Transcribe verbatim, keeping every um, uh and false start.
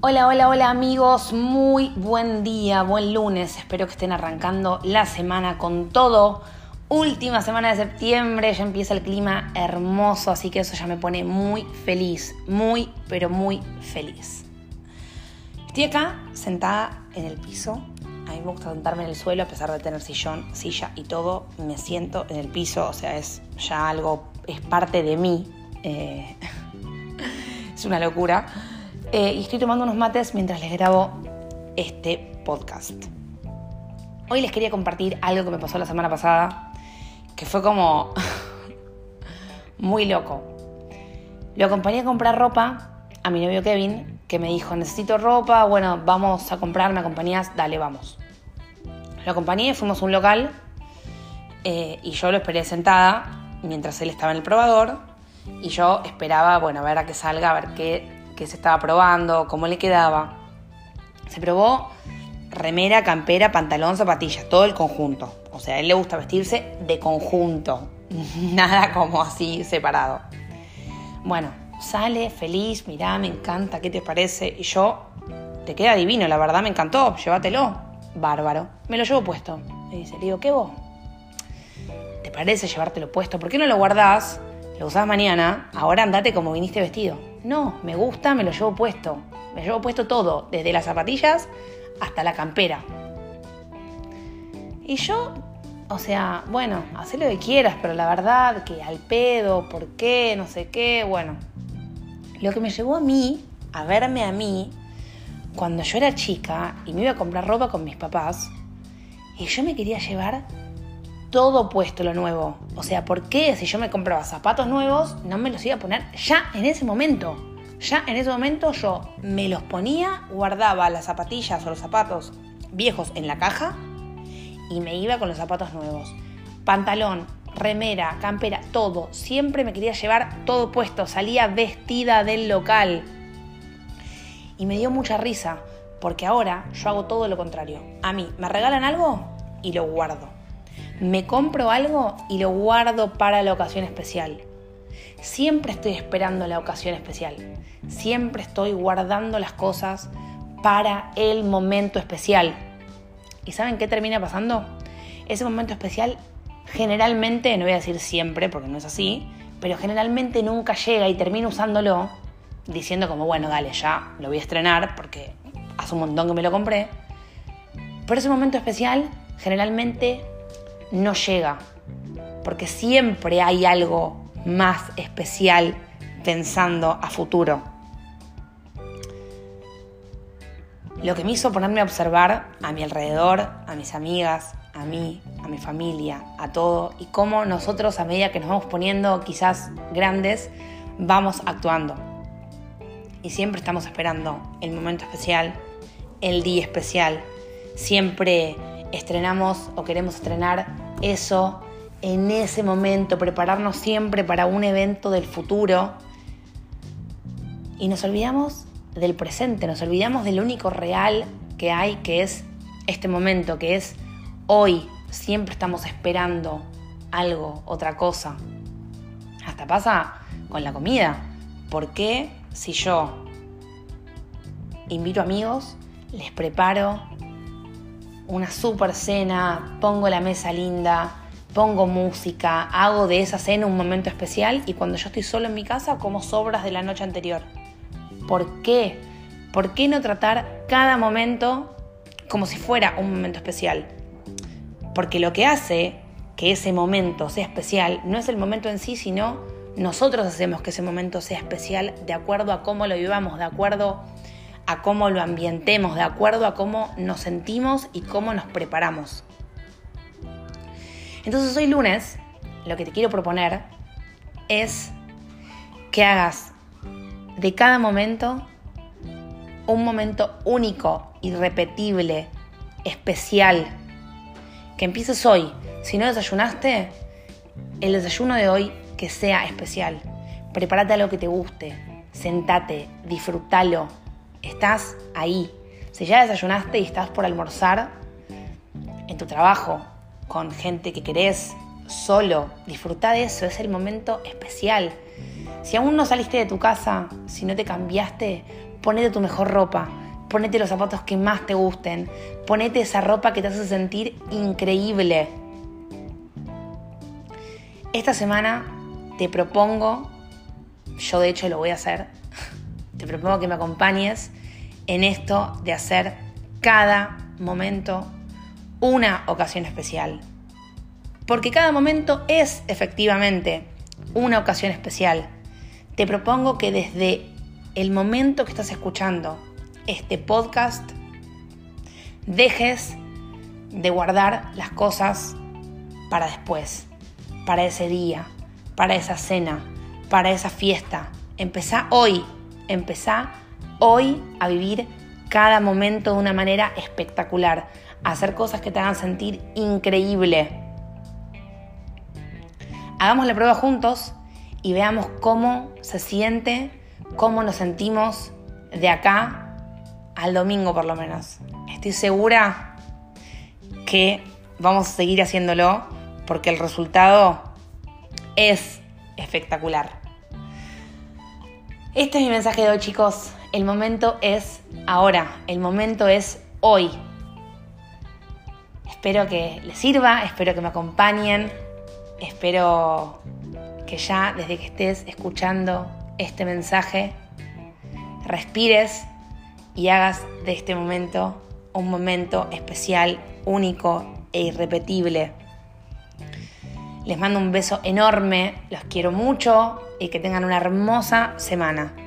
Hola, hola, hola amigos, muy buen día, buen lunes, espero que estén arrancando la semana con todo. Última semana de septiembre, ya empieza el clima hermoso, así que eso ya me pone muy feliz, muy, pero muy feliz. Estoy acá sentada en el piso, a mí me gusta sentarme en el suelo a pesar de tener sillón, silla y todo, me siento en el piso, o sea, es ya algo, es parte de mí, eh, es una locura. Eh, y estoy tomando unos mates mientras les grabo este podcast. Hoy les quería compartir algo que me pasó la semana pasada, que fue como muy loco. Lo acompañé a comprar ropa a mi novio Kevin, que me dijo, necesito ropa, bueno, vamos a comprar, ¿me acompañás? Dale, vamos. Lo acompañé, fuimos a un local eh, y yo lo esperé sentada mientras él estaba en el probador y yo esperaba, bueno, a ver a que salga, a ver qué... que se estaba probando, cómo le quedaba. Se probó remera, campera, pantalón, zapatillas, todo el conjunto. O sea, a él le gusta vestirse de conjunto, nada como así separado. Bueno, sale feliz, mirá, me encanta, ¿qué te parece? Y yo, te queda divino, la verdad me encantó, llévatelo. Bárbaro, me lo llevo puesto. Me dice, le digo, ¿qué vos? ¿Te parece llevártelo puesto? ¿Por qué no lo guardás? Lo usás mañana, ahora andate como viniste vestido. No, me gusta, me lo llevo puesto. Me llevo puesto todo, desde las zapatillas hasta la campera. Y yo, o sea, bueno, hacé lo que quieras, pero la verdad que al pedo, ¿por qué? No sé qué, bueno. Lo que me llevó a mí, a verme a mí, cuando yo era chica y me iba a comprar ropa con mis papás, y yo me quería llevar todo puesto lo nuevo. O sea, ¿por qué si yo me compraba zapatos nuevos no me los iba a poner ya en ese momento? Ya en ese momento yo me los ponía, guardaba las zapatillas o los zapatos viejos en la caja y me iba con los zapatos nuevos. Pantalón, remera, campera, todo. Siempre me quería llevar todo puesto. Salía vestida del local. Y me dio mucha risa porque ahora yo hago todo lo contrario. A mí me regalan algo y lo guardo. Me compro algo y lo guardo para la ocasión especial. Siempre estoy esperando la ocasión especial. Siempre estoy guardando las cosas para el momento especial. ¿Y saben qué termina pasando? Ese momento especial generalmente, no voy a decir siempre porque no es así, pero generalmente nunca llega y termino usándolo diciendo como, bueno, dale, ya lo voy a estrenar porque hace un montón que me lo compré. Pero ese momento especial generalmente no llega, porque siempre hay algo más especial pensando a futuro. Lo que me hizo ponerme a observar a mi alrededor, a mis amigas, a mí, a mi familia, a todo, y cómo nosotros a medida que nos vamos poniendo quizás grandes, vamos actuando. Y siempre estamos esperando el momento especial, el día especial. Siempre estrenamos o queremos estrenar eso en ese momento, prepararnos siempre para un evento del futuro y nos olvidamos del presente, nos olvidamos del único real que hay, que es este momento, que es hoy. Siempre estamos esperando algo, otra cosa. Hasta pasa con la comida. ¿Por qué si yo invito amigos, les preparo una super cena, pongo la mesa linda, pongo música, hago de esa cena un momento especial y cuando yo estoy solo en mi casa como sobras de la noche anterior? ¿Por qué? ¿Por qué no tratar cada momento como si fuera un momento especial? Porque lo que hace que ese momento sea especial no es el momento en sí, sino nosotros hacemos que ese momento sea especial de acuerdo a cómo lo vivamos, de acuerdo a cómo lo ambientemos, de acuerdo a cómo nos sentimos y cómo nos preparamos. Entonces hoy lunes, lo que te quiero proponer es que hagas de cada momento un momento único, irrepetible, especial. Que empieces hoy. Si no desayunaste, el desayuno de hoy que sea especial. Prepárate algo que te guste, sentate, disfrútalo. Estás ahí. Si ya desayunaste y estás por almorzar en tu trabajo, con gente que querés, solo, disfrutá de eso, es el momento especial. Si aún no saliste de tu casa, si no te cambiaste, ponete tu mejor ropa, ponete los zapatos que más te gusten, ponete esa ropa que te hace sentir increíble. Esta semana te propongo, yo de hecho lo voy a hacer, te propongo que me acompañes en esto de hacer cada momento una ocasión especial. Porque cada momento es efectivamente una ocasión especial. Te propongo que desde el momento que estás escuchando este podcast, dejes de guardar las cosas para después, para ese día, para esa cena, para esa fiesta. Empezá hoy, empezá hoy a vivir cada momento de una manera espectacular, a hacer cosas que te hagan sentir increíble. Hagamos la prueba juntos y veamos cómo se siente, cómo nos sentimos de acá al domingo por lo menos. Estoy segura que vamos a seguir haciéndolo porque el resultado es espectacular. Este es mi mensaje de hoy, chicos. El momento es ahora, el momento es hoy. Espero que les sirva, espero que me acompañen, espero que ya desde que estés escuchando este mensaje respires y hagas de este momento un momento especial, único e irrepetible. Les mando un beso enorme, los quiero mucho y que tengan una hermosa semana.